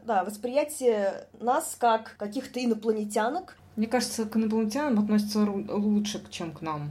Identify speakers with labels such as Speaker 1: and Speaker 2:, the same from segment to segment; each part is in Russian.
Speaker 1: Да, восприятие нас как каких-то инопланетянок.
Speaker 2: Мне кажется, к инопланетянам относятся лучше, чем к нам.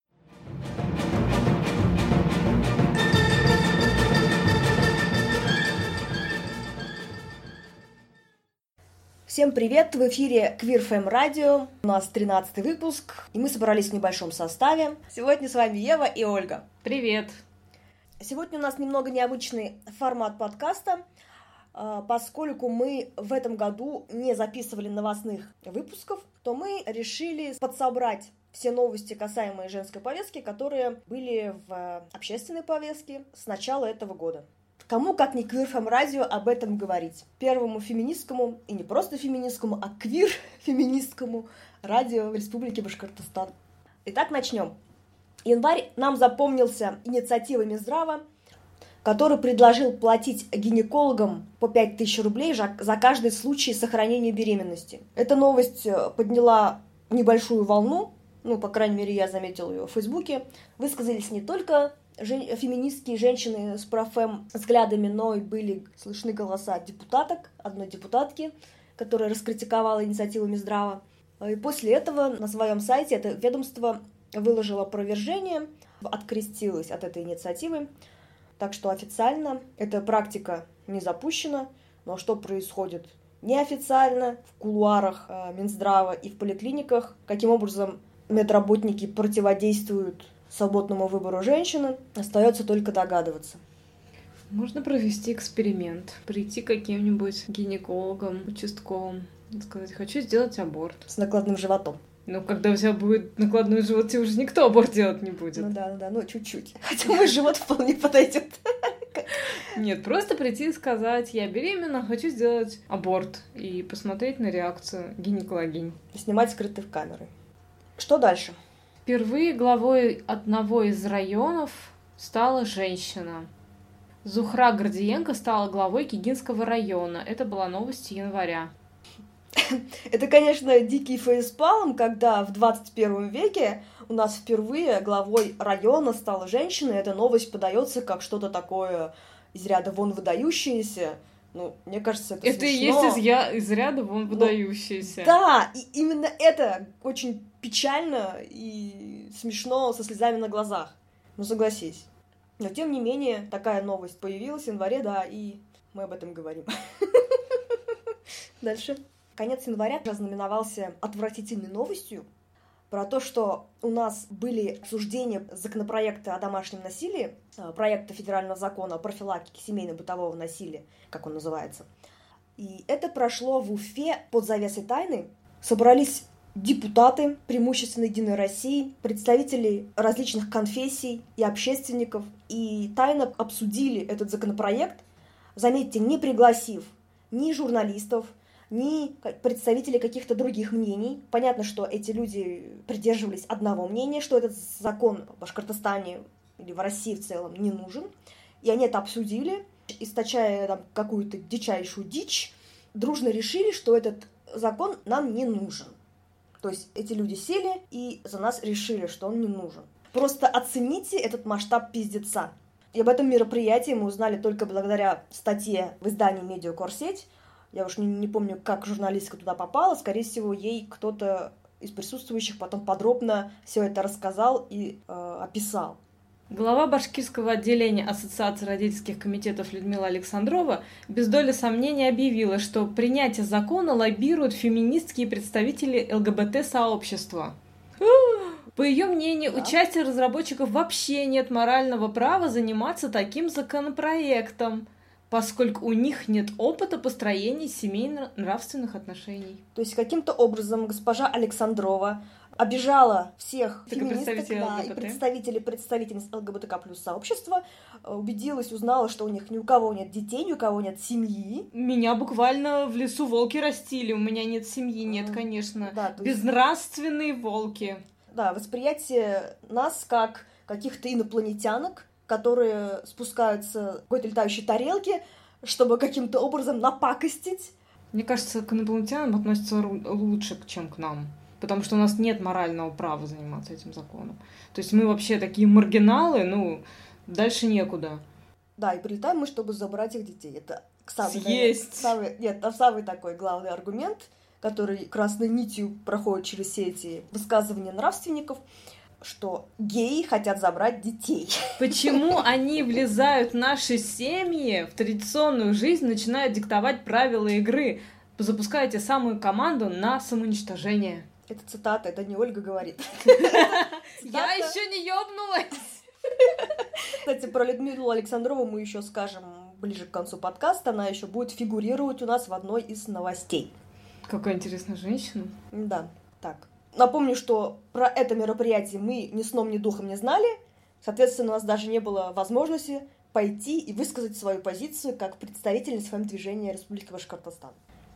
Speaker 1: Всем привет! В эфире Queer FM Radio. У нас 13-й выпуск, и мы собрались в небольшом составе. Сегодня с вами Ева и Ольга.
Speaker 2: Привет!
Speaker 1: Сегодня у нас немного необычный формат подкаста, поскольку мы в этом году не записывали новостных выпусков, то мы решили подсобрать все новости, касаемые женской повестки, которые были в общественной повестке с начала этого года. Кому, как не Queer FM Radio, об этом говорить? Первому феминистскому, и не просто феминистскому, а квир-феминистскому радио в Республике Башкортостан. Итак, начнем. Январь нам запомнился инициативой Минздрава, который предложил платить гинекологам по 5000 рублей за каждый случай сохранения беременности. Эта новость подняла небольшую волну, по крайней мере, я заметила ее в Фейсбуке. Высказались не только феминистские женщины с профэм взглядами, но и были слышны голоса депутаток, одной депутатки, которая раскритиковала инициативу Минздрава. И после этого на своем сайте это ведомство выложило опровержение, открестилось от этой инициативы. Так что официально эта практика не запущена, но что происходит неофициально в кулуарах Минздрава и в поликлиниках, каким образом медработники противодействуют свободному выбору женщины, остается только догадываться.
Speaker 2: Можно провести эксперимент, прийти к каким-нибудь гинекологам, участковым, сказать: хочу сделать аборт.
Speaker 1: С накладным животом.
Speaker 2: Когда у тебя будет накладной живот, тебе уже никто аборт делать не будет.
Speaker 1: Чуть-чуть. Хотя мой живот вполне подойдет.
Speaker 2: Нет, просто прийти и сказать: я беременна, хочу сделать аборт, и посмотреть на реакцию гинекологинь.
Speaker 1: Снимать скрытые камеры. Что дальше?
Speaker 2: Впервые главой одного из районов стала женщина. Зухра Гордиенко стала главой Кигинского района. Это была новость января.
Speaker 1: Это, конечно, дикий фейспалм, когда в 21 веке у нас впервые главой района стала женщина, и эта новость подается как что-то такое из ряда вон выдающееся. Мне кажется, это смешно.
Speaker 2: Это и есть из ряда вон выдающееся.
Speaker 1: Да, и именно это очень печально и смешно, со слезами на глазах. Согласись. Но, тем не менее, такая новость появилась в январе, да, и мы об этом говорим. Дальше. Конец января ознаменовался отвратительной новостью про то, что у нас были обсуждения законопроекта о домашнем насилии, проекта федерального закона о профилактике семейно-бытового насилия, как он называется. И это прошло в Уфе под завесой тайны. Собрались депутаты, преимущественно Единой России, представители различных конфессий и общественников, и тайно обсудили этот законопроект, заметьте, не пригласив ни журналистов, ни представителей каких-то других мнений. Понятно, что эти люди придерживались одного мнения, что этот закон в Башкортостане или в России в целом не нужен. И они это обсудили, источая какую-то дичайшую дичь, дружно решили, что этот закон нам не нужен. То есть эти люди сели и за нас решили, что он не нужен. Просто оцените этот масштаб пиздеца. И об этом мероприятии мы узнали только благодаря статье в издании «Медиакорсеть». Я уж не помню, как журналистка туда попала. Скорее всего, ей кто-то из присутствующих потом подробно все это рассказал и описал.
Speaker 2: Глава башкирского отделения Ассоциации родительских комитетов Людмила Александрова без доли сомнений объявила, что принятие закона лоббируют феминистские представители ЛГБТ-сообщества. По ее мнению, у части разработчиков вообще нет морального права заниматься таким законопроектом, поскольку у них нет опыта построения семейно-нравственных отношений.
Speaker 1: То есть каким-то образом госпожа Александрова обижала всех феминисток и представительниц ЛГБТК плюс сообщества, убедилась, узнала, что у них ни у кого нет детей, ни у кого нет семьи.
Speaker 2: Меня буквально в лесу волки растили, у меня нет семьи, нет, конечно.
Speaker 1: Да,
Speaker 2: безнравственные волки.
Speaker 1: Да, восприятие нас как каких-то инопланетянок, которые спускаются в какой-то летающей тарелке, чтобы каким-то образом напакостить.
Speaker 2: Мне кажется, к инопланетянам относятся лучше, чем к нам. Потому что у нас нет морального права заниматься этим законом. То есть мы вообще такие маргиналы, дальше некуда.
Speaker 1: Да, и прилетаем мы, чтобы забрать их детей. Это
Speaker 2: съесть.
Speaker 1: Самый такой главный аргумент, который красной нитью проходит через все эти высказывания нравственников, что геи хотят забрать детей.
Speaker 2: Почему они влезают в наши семьи, в традиционную жизнь, начинают диктовать правила игры, запуская те самую команду на самоуничтожение?
Speaker 1: Это цитата, это не Ольга говорит.
Speaker 2: Я еще не ёбнулась!
Speaker 1: Кстати, про Людмилу Александрову мы еще скажем ближе к концу подкаста. Она еще будет фигурировать у нас в одной из новостей.
Speaker 2: Какая интересная женщина.
Speaker 1: Да, так. Напомню, что про это мероприятие мы ни сном, ни духом не знали. Соответственно, у нас даже не было возможности пойти и высказать свою позицию как представительница ФМ-движения Республики Башкортостан.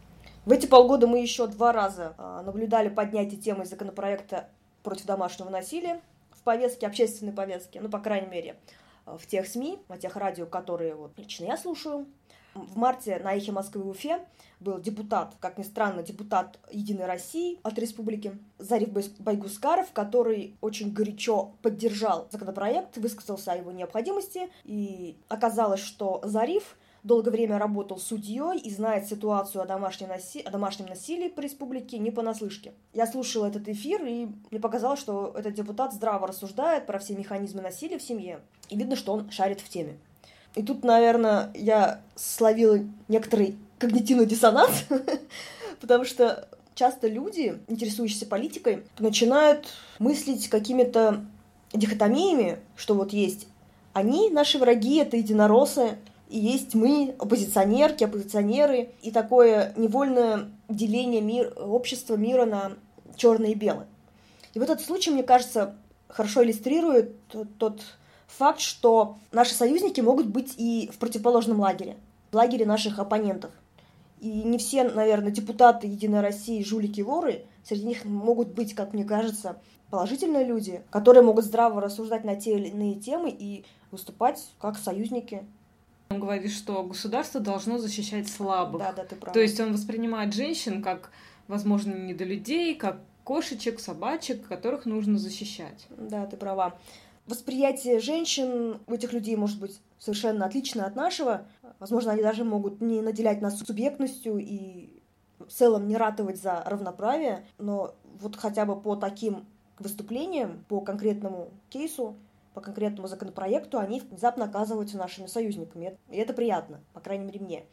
Speaker 1: В эти полгода мы еще 2 раза наблюдали поднятие темы законопроекта против домашнего насилия в повестке, общественной повестке, по крайней мере, в тех СМИ, на тех радио, которые лично я слушаю. В марте на «Эхе Москвы» в Уфе был депутат, как ни странно, депутат «Единой России» от республики Зариф Байгускаров, который очень горячо поддержал законопроект, высказался о его необходимости. И оказалось, что Зариф долгое время работал судьей и знает ситуацию о домашнем насилии по республике не понаслышке. Я слушала этот эфир, и мне показалось, что этот депутат здраво рассуждает про все механизмы насилия в семье. И видно, что он шарит в теме. И тут, наверное, я словила некоторый когнитивный диссонанс, потому что часто люди, интересующиеся политикой, начинают мыслить какими-то дихотомиями, что вот есть они, наши враги, это единороссы, и есть мы, оппозиционерки, оппозиционеры, и такое невольное деление общества, мира на черное и белое. И вот этот случай, мне кажется, хорошо иллюстрирует тот факт, что наши союзники могут быть и в противоположном лагере, в лагере наших оппонентов. И не все, наверное, депутаты «Единой России» жулики и воры, среди них могут быть, как мне кажется, положительные люди, которые могут здраво рассуждать на те или иные темы и выступать как союзники.
Speaker 2: Он говорит, что государство должно защищать слабых.
Speaker 1: Да, ты прав.
Speaker 2: То есть он воспринимает женщин как, возможно, недолюдей, как кошечек, собачек, которых нужно защищать.
Speaker 1: Да, ты права. Восприятие женщин у этих людей может быть совершенно отличное от нашего. Возможно, они даже могут не наделять нас субъектностью и в целом не ратовать за равноправие, но вот хотя бы по таким выступлениям, по конкретному кейсу, по конкретному законопроекту, они внезапно оказываются нашими союзниками. И это приятно, по крайней мере, мне.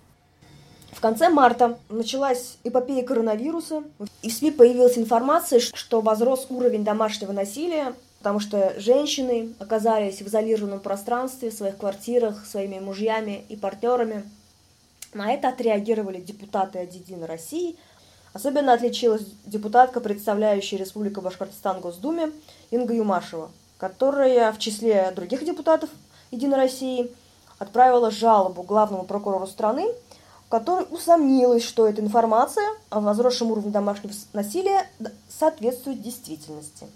Speaker 1: В конце марта началась эпопея коронавируса, и в СМИ появилась информация, что возрос уровень домашнего насилия, потому что женщины оказались в изолированном пространстве, в своих квартирах, своими мужьями и партнерами. На это отреагировали депутаты от «Единой России». Особенно отличилась депутатка, представляющая Республику Башкортостан в Госдуме, Инга Юмашева, которая в числе других депутатов «Единой России» отправила жалобу главному прокурору страны, в которой усомнилась, что эта информация о возросшем уровне домашнего насилия соответствует действительности.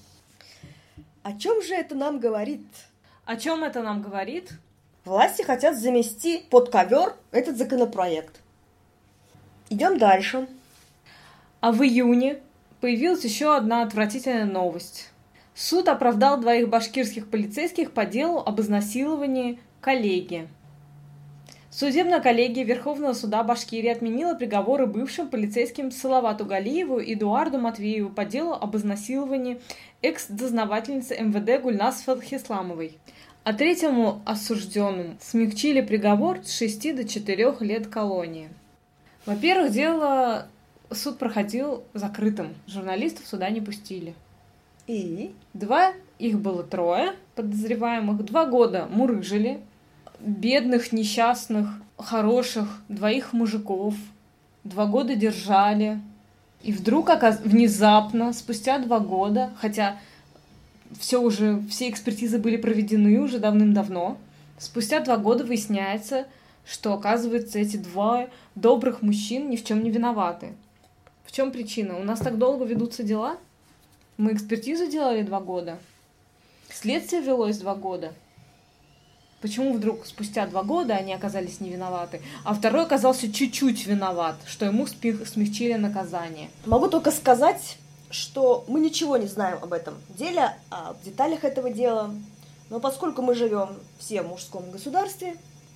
Speaker 1: О чем же это нам говорит?
Speaker 2: О чем это нам говорит?
Speaker 1: Власти хотят замести под ковер этот законопроект. Идем дальше.
Speaker 2: А в июне появилась еще одна отвратительная новость. Суд оправдал 2 башкирских полицейских по делу об изнасиловании коллеги. Судебная коллегия Верховного суда Башкирии отменила приговоры бывшим полицейским Салавату Галиеву и Эдуарду Матвееву по делу об изнасиловании экс-дознавательницы МВД Гульнас Фатхисламовой. А 3-му осужденному смягчили приговор с 6 до 4 лет колонии. Во-первых, суд проходил закрытым. Журналистов сюда не пустили.
Speaker 1: И?
Speaker 2: Их было 3 подозреваемых. 2 года мурыжили. Бедных, несчастных, хороших, 2 мужиков. 2 года держали. И вдруг, внезапно, спустя 2 года, хотя все экспертизы были проведены уже давным-давно, спустя 2 года выясняется, что, оказывается, эти 2 добрых мужчин ни в чем не виноваты. В чем причина? У нас так долго ведутся дела? Мы экспертизу делали 2 года. Следствие велось 2 года. Почему вдруг спустя 2 года они оказались не виноваты, а второй оказался чуть-чуть виноват, что ему смягчили наказание?
Speaker 1: Могу только сказать, что мы ничего не знаем об этом деле, о деталях этого дела. Но поскольку мы живем все в мужском государстве,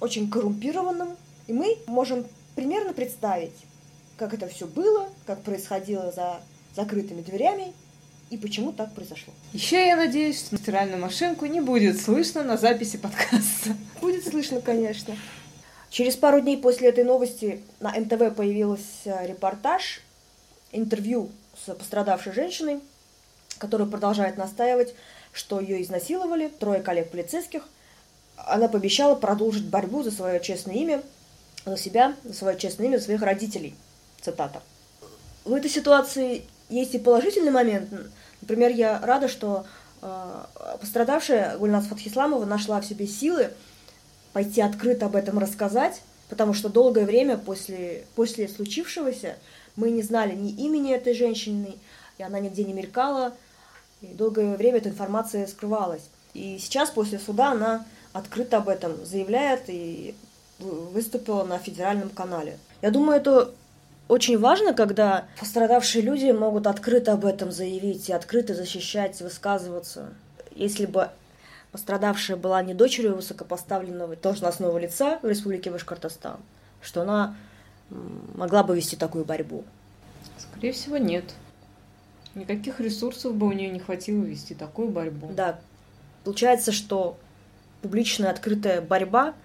Speaker 1: очень коррумпированным, и мы можем примерно представить, как это все было, как происходило за закрытыми дверями и почему так произошло.
Speaker 2: Еще я надеюсь, что стиральную машинку не будет слышно на записи подкаста.
Speaker 1: Будет слышно, конечно. Через пару дней после этой новости на НТВ появился репортаж, интервью с пострадавшей женщиной, которая продолжает настаивать, что ее изнасиловали, 3 коллег полицейских. Она пообещала продолжить борьбу за свое честное имя, за себя, за свое честное имя, за своих родителей. Цитата. В этой ситуации есть и положительный момент. Например, я рада, что пострадавшая Гульназ Фатхисламова нашла в себе силы пойти открыто об этом рассказать, потому что долгое время после случившегося мы не знали ни имени этой женщины, и она нигде не мелькала, и долгое время эта информация скрывалась. И сейчас, после суда, она открыто об этом заявляет и выступила на федеральном канале. Я думаю, это очень важно, когда пострадавшие люди могут открыто об этом заявить и открыто защищать, высказываться. Если бы пострадавшая была не дочерью высокопоставленного должностного лица в Республике Башкортостан, что она могла бы вести такую борьбу?
Speaker 2: Скорее всего, нет. Никаких ресурсов бы у нее не хватило вести такую борьбу.
Speaker 1: Да. Получается, что публичная открытая борьба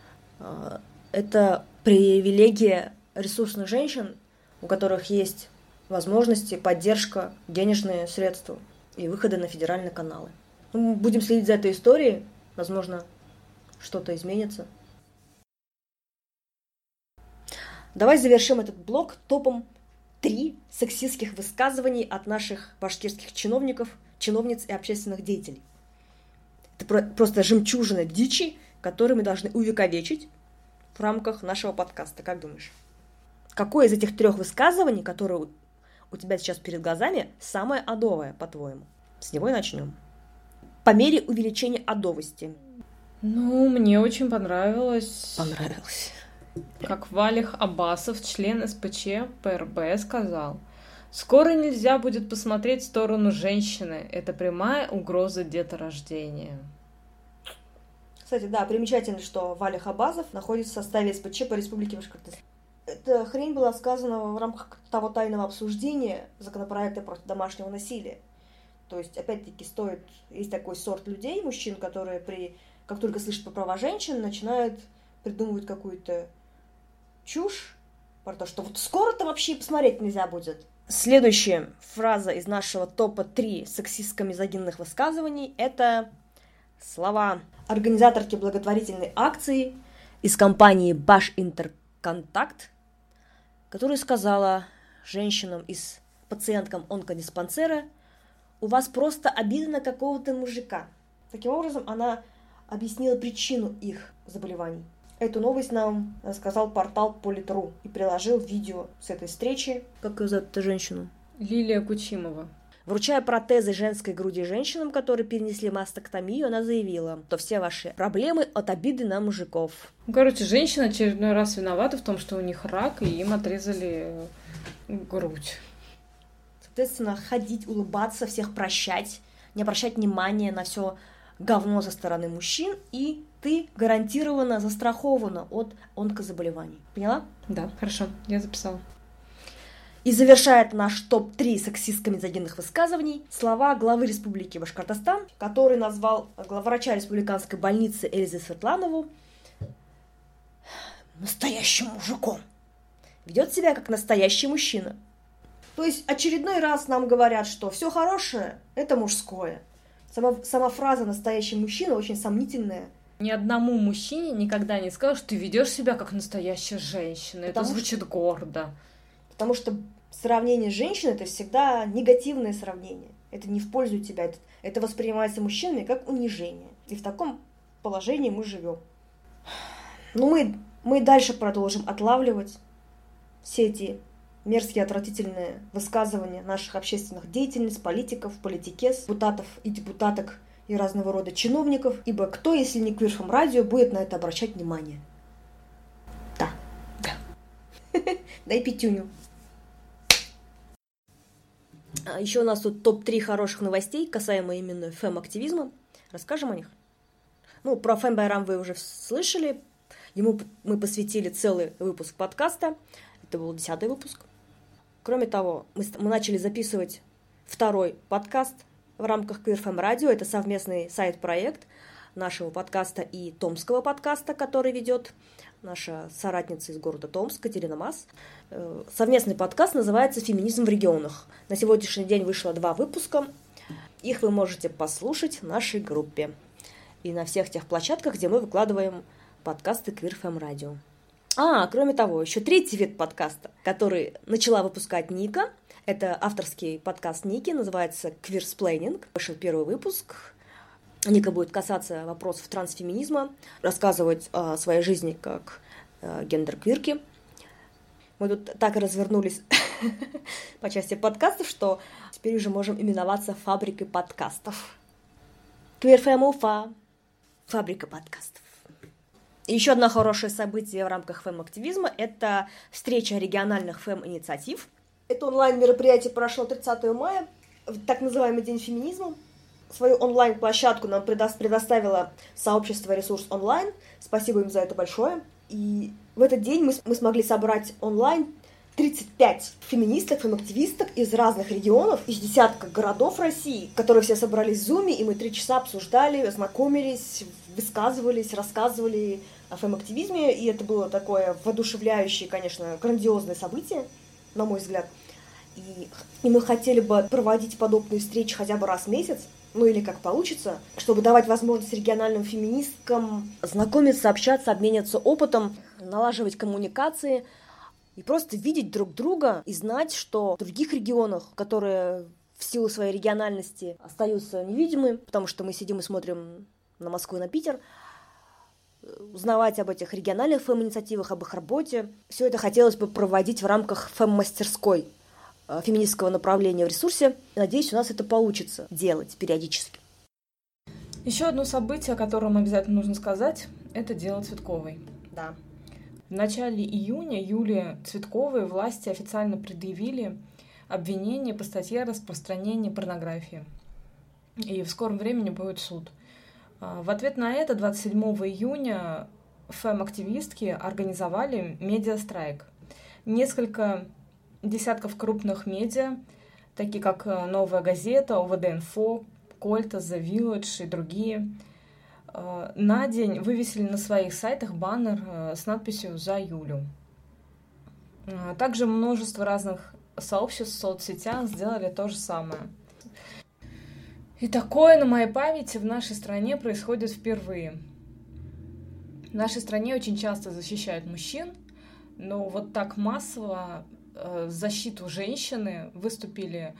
Speaker 1: это привилегия ресурсных женщин, у которых есть возможности, поддержка, денежные средства и выходы на федеральные каналы. Мы будем следить за этой историей. Возможно, что-то изменится. Давай завершим этот блог топом 3 сексистских высказываний от наших башкирских чиновников, чиновниц и общественных деятелей. Это просто жемчужина дичи, которую мы должны увековечить в рамках нашего подкаста. Как думаешь? Какое из этих 3 высказываний, которые у тебя сейчас перед глазами, самое адовое, по-твоему? С него и начнем. По мере увеличения адовости.
Speaker 2: Ну, мне очень понравилось.
Speaker 1: Понравилось.
Speaker 2: Как Валих Аббасов, член СПЧ ПРБ, сказал: «Скоро нельзя будет посмотреть в сторону женщины. Это прямая угроза деторождения».
Speaker 1: Кстати, да, примечательно, что Валих Аббасов находится в составе СПЧ по Республике Башкортостан. Эта хрень была сказана в рамках того тайного обсуждения законопроекта против домашнего насилия. То есть, опять-таки, есть такой сорт людей, мужчин, которые как только слышат про права женщин, начинают придумывать какую-то чушь про то, что вот скоро-то вообще и посмотреть нельзя будет. Следующая фраза из нашего топа 3 сексистско-мизогинных высказываний – это слова организаторки благотворительной акции из компании Башинтерконтакт, которая сказала женщинам из пациенткам онкодиспансера: у вас просто обида на какого-то мужика. Таким образом, она объяснила причину их заболеваний. Эту новость нам рассказал портал Полит.ру и приложил видео с этой встречи. Как ее зовут, эту женщину?
Speaker 2: Лилия Кучимова.
Speaker 1: Вручая протезы женской груди женщинам, которые перенесли мастектомию, она заявила, что все ваши проблемы от обиды на мужиков.
Speaker 2: Короче, женщины очередной раз виноваты в том, что у них рак, и им отрезали грудь.
Speaker 1: Соответственно, ходить, улыбаться, всех прощать, не обращать внимания на все говно со стороны мужчин, и ты гарантированно застрахована от онкозаболеваний. Поняла?
Speaker 2: Да, хорошо, я записала.
Speaker 1: И завершает наш топ-3 сексистско-мизогинных высказываний слова главы Республики Башкортостан, который назвал главврача республиканской больницы Эльзы Светланову настоящим мужиком. Ведет себя как настоящий мужчина. То есть очередной раз нам говорят, что все хорошее – это мужское. Сама фраза «настоящий мужчина» очень сомнительная.
Speaker 2: Ни одному мужчине никогда не скажут, что ты ведешь себя как настоящая женщина. Это звучит гордо.
Speaker 1: Потому что сравнение с женщиной – это всегда негативное сравнение. Это не в пользу тебя. Это воспринимается мужчинами как унижение. И в таком положении мы живем. Но мы дальше продолжим отлавливать все эти мерзкие, отвратительные высказывания наших общественных деятельниц, политиков, политикес, депутатов и депутаток и разного рода чиновников, ибо кто, если не Квирфом радио, будет на это обращать внимание? Да. Дай пятюню. Еще у нас тут топ-3 хороших новостей, касаемо именно фэм-активизма. Расскажем о них? Ну, про Фэм-Байрам вы уже слышали. Ему мы посвятили целый выпуск подкаста. Это был 10-й выпуск. Кроме того, мы начали записывать второй подкаст в рамках QueerFM Radio. Это совместный сайт-проект нашего подкаста и томского подкаста, который ведет наша соратница из города Томск, Катерина Мас. Совместный подкаст называется «Феминизм в регионах». На сегодняшний день вышло 2 выпуска. Их вы можете послушать в нашей группе и на всех тех площадках, где мы выкладываем подкасты QueerFM Radio. Кроме того, еще 3-й вид подкаста, который начала выпускать Ника. Это авторский подкаст Ники, называется «Queersplaining». Вышел 1-й выпуск. Ника будет касаться вопросов трансфеминизма, рассказывать о своей жизни как гендер-квирки. Мы тут так и развернулись по части подкастов, что теперь уже можем именоваться фабрикой подкастов. QueerFM Уфа. Фабрика подкастов. И еще одно хорошее событие в рамках фэм-активизма – это встреча региональных фэм-инициатив. Это онлайн-мероприятие прошло 30 мая, в так называемый День феминизма. Свою онлайн-площадку нам предоставило сообщество «Ресурс онлайн». Спасибо им за это большое. И в этот день мы смогли собрать онлайн 35 феминисток, фэм-активисток из разных регионов, из десятков городов России, которые все собрались в Зуме, и мы 3 часа обсуждали, знакомились, высказывались, рассказывали о фэм-активизме, и это было такое воодушевляющее, конечно, грандиозное событие, на мой взгляд. И мы хотели бы проводить подобные встречи хотя бы раз в месяц, или как получится, чтобы давать возможность региональным феминисткам знакомиться, общаться, обмениваться опытом, налаживать коммуникации и просто видеть друг друга и знать, что в других регионах, которые в силу своей региональности остаются невидимы, потому что мы сидим и смотрим на Москву и на Питер, узнавать об этих региональных фэм-инициативах, об их работе. Все это хотелось бы проводить в рамках фэм-мастерской феминистского направления в ресурсе. Надеюсь, у нас это получится делать периодически.
Speaker 2: Еще одно событие, о котором обязательно нужно сказать, это дело Цветковой.
Speaker 1: Да.
Speaker 2: В начале июня Юлии Цветковой власти официально предъявили обвинение по статье о распространении порнографии. И в скором времени будет суд. В ответ на это 27 июня фэм-активистки организовали медиастрайк. Несколько десятков крупных медиа, такие как «Новая газета», ОВД-Инфо, Кольта, The Village и другие, на день вывесили на своих сайтах баннер с надписью «За Юлю». Также множество разных сообществ в соцсетях сделали то же самое. И такое на моей памяти в нашей стране происходит впервые. В нашей стране очень часто защищают мужчин, но вот так массово в защиту женщины выступили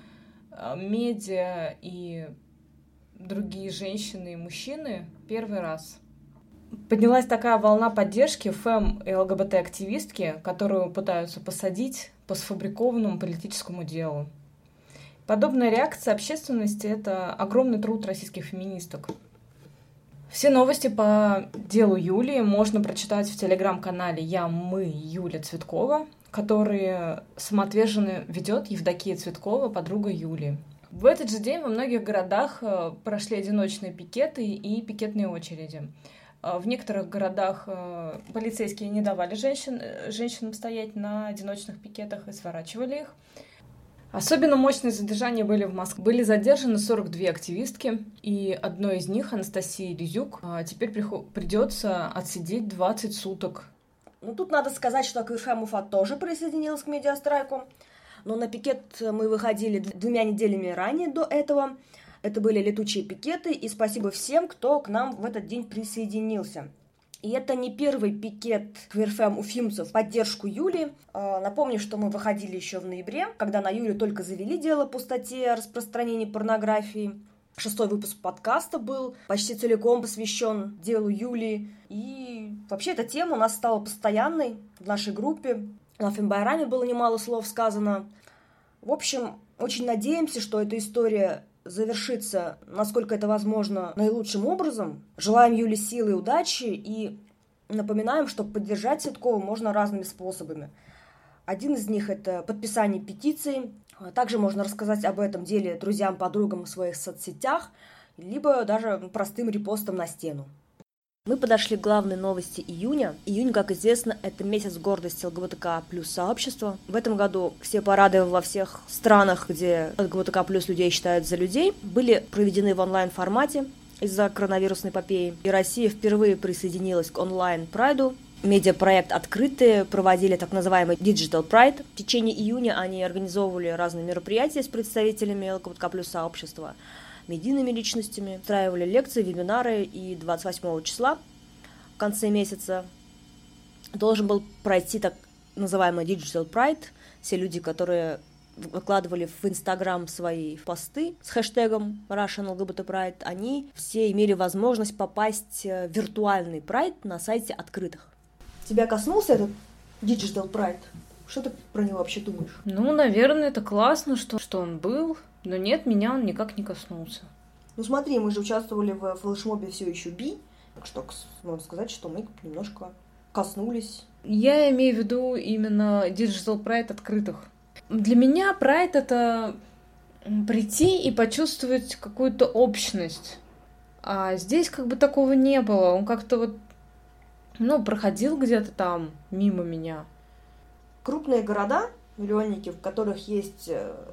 Speaker 2: медиа и другие женщины и мужчины первый раз. Поднялась такая волна поддержки фэм и ЛГБТ-активистки, которую пытаются посадить по сфабрикованному политическому делу. Подобная реакция общественности – это огромный труд российских феминисток. Все новости по делу Юлии можно прочитать в телеграм-канале «Я-мы» Юля Цветкова, который самоотверженно ведет Евдокия Цветкова, подруга Юлии. В этот же день во многих городах прошли одиночные пикеты и пикетные очереди. В некоторых городах полицейские не давали женщинам стоять на одиночных пикетах и сворачивали их. Особенно мощные задержания были в Москве. Были задержаны 42 активистки, и одной из них, Анастасии Лизюк, теперь придется отсидеть 20 суток.
Speaker 1: Тут надо сказать, что QueerFM Уфа тоже присоединилась к медиастрайку, но на пикет мы выходили 2 неделями ранее до этого. Это были летучие пикеты, и спасибо всем, кто к нам в этот день присоединился. И это не первый пикет QueerFM уфимцев в поддержку Юли. Напомню, что мы выходили еще в ноябре, когда на Юлю только завели дело по статье о распространении порнографии. 6-й выпуск подкаста был почти целиком посвящен делу Юли. И вообще эта тема у нас стала постоянной в нашей группе. На Фембайраме было немало слов сказано. В общем, очень надеемся, что эта история завершится, насколько это возможно, наилучшим образом. Желаем Юле силы и удачи и напоминаем, что поддержать Цветкову можно разными способами. Один из них – это подписание петиции. Также можно рассказать об этом деле друзьям, подругам в своих соцсетях, либо даже простым репостом на стену. Мы подошли к главной новости июня. Июнь, как известно, это месяц гордости ЛГБТК плюс сообщества. В этом году все парады во всех странах, где ЛГБТК плюс людей считают за людей, были проведены в онлайн-формате из-за коронавирусной эпопеи. И Россия впервые присоединилась к онлайн-прайду. Медиапроект «Открытые» проводили так называемый Digital Pride. В течение июня они организовывали разные мероприятия с представителями ЛГБТК плюс сообщества, медийными личностями, устраивали лекции, вебинары, и 28 числа в конце месяца должен был пройти так называемый Digital Pride. Все люди, которые выкладывали в Инстаграм свои посты с хэштегом Russian LGBT Pride, они все имели возможность попасть в виртуальный прайд на сайте «Открытых». Тебя коснулся этот Digital Pride? Что ты про него вообще думаешь?
Speaker 2: Ну, наверное, это классно, что он был, но нет, меня он никак не коснулся.
Speaker 1: Ну смотри, мы же участвовали в флешмобе «Все еще Би», так что можно сказать, что мы немножко коснулись.
Speaker 2: Я имею в виду именно Digital Pride открытых. Для меня Pride — это прийти и почувствовать какую-то общность. А здесь как бы такого не было. Он как-то вот, проходил где-то там мимо меня.
Speaker 1: Крупные города, миллионники, в которых есть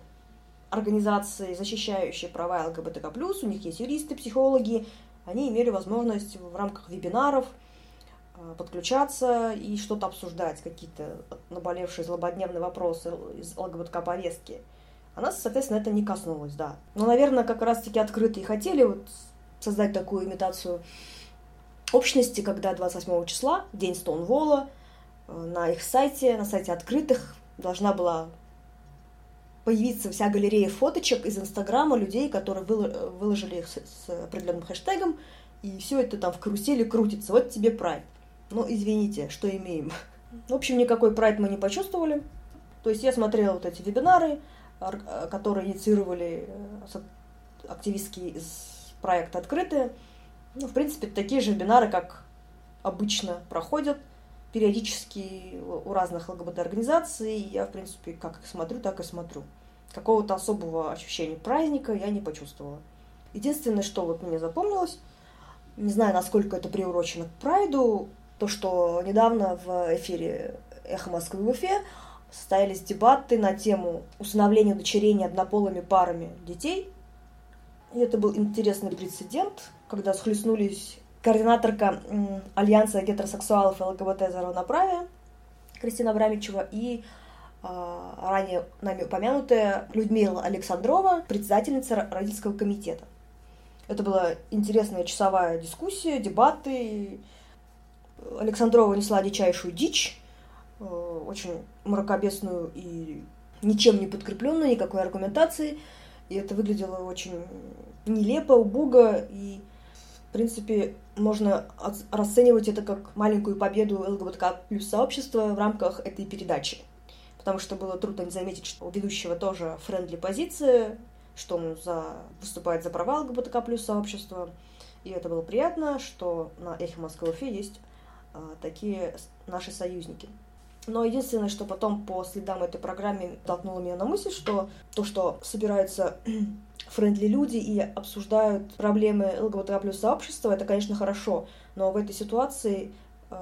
Speaker 1: организации, защищающие права ЛГБТК+, у них есть юристы, психологи, они имели возможность в рамках вебинаров подключаться и что-то обсуждать, какие-то наболевшие злободневные вопросы из ЛГБТК-повестки. А нас, соответственно, это не коснулось, да. Но, наверное, как раз-таки открытые хотели вот создать такую имитацию общности, когда 28 числа, день Стоунволла, на их сайте, на сайте «Открытых» должна была появиться вся галерея фоточек из Инстаграма людей, которые выложили их с определенным хэштегом, и все это там в карусели крутится. Вот тебе прайд. Ну, извините, что имеем. В общем, никакой прайд мы не почувствовали. То есть я смотрела вот эти вебинары, которые инициировали активистки из проекта «Открытые». Ну, в принципе, такие же вебинары, как обычно проходят периодически у разных ЛГБТ-организаций. Я, в принципе, как их смотрю, так и смотрю. Какого-то особого ощущения праздника я не почувствовала. Единственное, что вот мне запомнилось, не знаю, насколько это приурочено к прайду, то, что недавно в эфире «Эхо Москвы» в Уфе состоялись дебаты на тему усыновления и удочерения однополыми парами детей. И это был интересный прецедент, когда схлестнулись координаторка Альянса гетеросексуалов и ЛГБТ за равноправие Кристина Абрамичева и ранее нами упомянутая Людмила Александрова, председательница родительского комитета. Это была интересная часовая дискуссия, дебаты. Александрова несла дичайшую дичь, очень мракобесную и ничем не подкрепленную, никакой аргументации. И это выглядело очень нелепо, убого, и, в принципе, можно расценивать это как маленькую победу ЛГБТК плюс сообщества в рамках этой передачи. Потому что было трудно не заметить, что у ведущего тоже френдли позиция, что он выступает за права ЛГБТК плюс сообщества. И это было приятно, что на «Эхе Москвы» в Уфе есть такие наши союзники. Но единственное, что потом по следам этой программы толкнуло меня на мысль, что то, что собираются френдли люди и обсуждают проблемы ЛГБТК плюс сообщества, это, конечно, хорошо, но в этой ситуации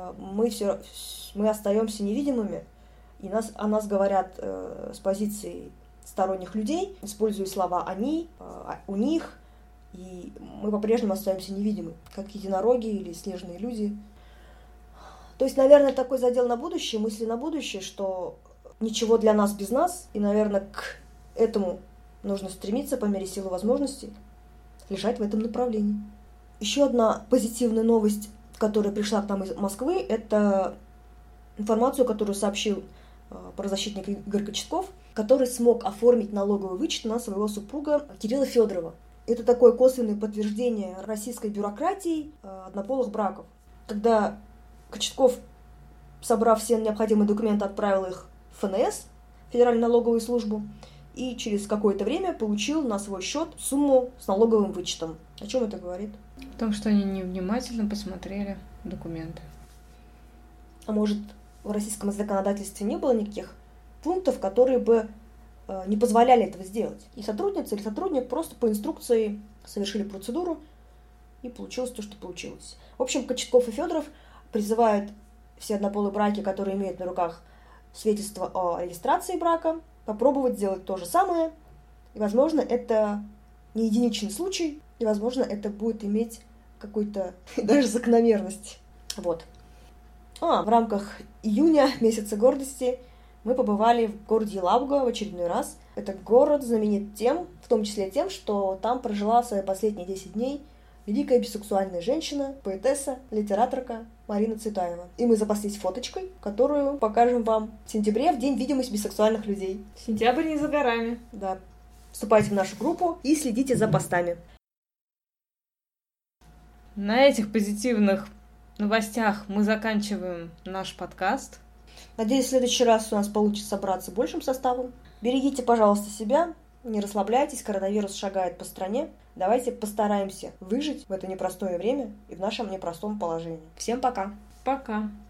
Speaker 1: мы остаемся невидимыми, и о нас говорят с позиции сторонних людей, используя слова «они», «у них», и мы по-прежнему остаемся невидимы, как единороги или снежные люди. То есть, наверное, такой задел на будущее, мысли на будущее, что ничего для нас без нас, и, наверное, к этому нужно стремиться по мере сил и возможностей, лежать в этом направлении. Еще одна позитивная новость, которая пришла к нам из Москвы, это информацию, которую сообщил правозащитник Игорь Кочетков, который смог оформить налоговый вычет на своего супруга Кирилла Федорова. Это такое косвенное подтверждение российской бюрократии однополых браков. Когда Кочетков, собрав все необходимые документы, отправил их в ФНС, Федеральную налоговую службу, и через какое-то время получил на свой счет сумму с налоговым вычетом. О чем это говорит?
Speaker 2: О том, что они невнимательно посмотрели документы.
Speaker 1: А может, в российском законодательстве не было никаких пунктов, которые бы не позволяли этого сделать? И сотрудница или сотрудник просто по инструкции совершили процедуру и получилось то, что получилось. В общем, Кочетков и Федоров призывают все однополые браки, которые имеют на руках свидетельство о регистрации брака, попробовать сделать то же самое. И, возможно, это не единичный случай, и, возможно, это будет иметь какую-то даже закономерность. Вот. В рамках июня, месяца гордости, мы побывали в городе Елабуга в очередной раз. Этот город знаменит тем, в том числе тем, что там прожила свои последние 10 дней великая бисексуальная женщина, поэтесса, литераторка Марина Цветаева. И мы запаслись фоточкой, которую покажем вам в сентябре, в день видимости бисексуальных людей.
Speaker 2: Сентябрь не за горами.
Speaker 1: Да. Вступайте в нашу группу и следите за постами.
Speaker 2: На этих позитивных новостях мы заканчиваем наш подкаст.
Speaker 1: Надеюсь, в следующий раз у нас получится собраться большим составом. Берегите, пожалуйста, себя, не расслабляйтесь, коронавирус шагает по стране. Давайте постараемся выжить в это непростое время и в нашем непростом положении. Всем пока!
Speaker 2: Пока!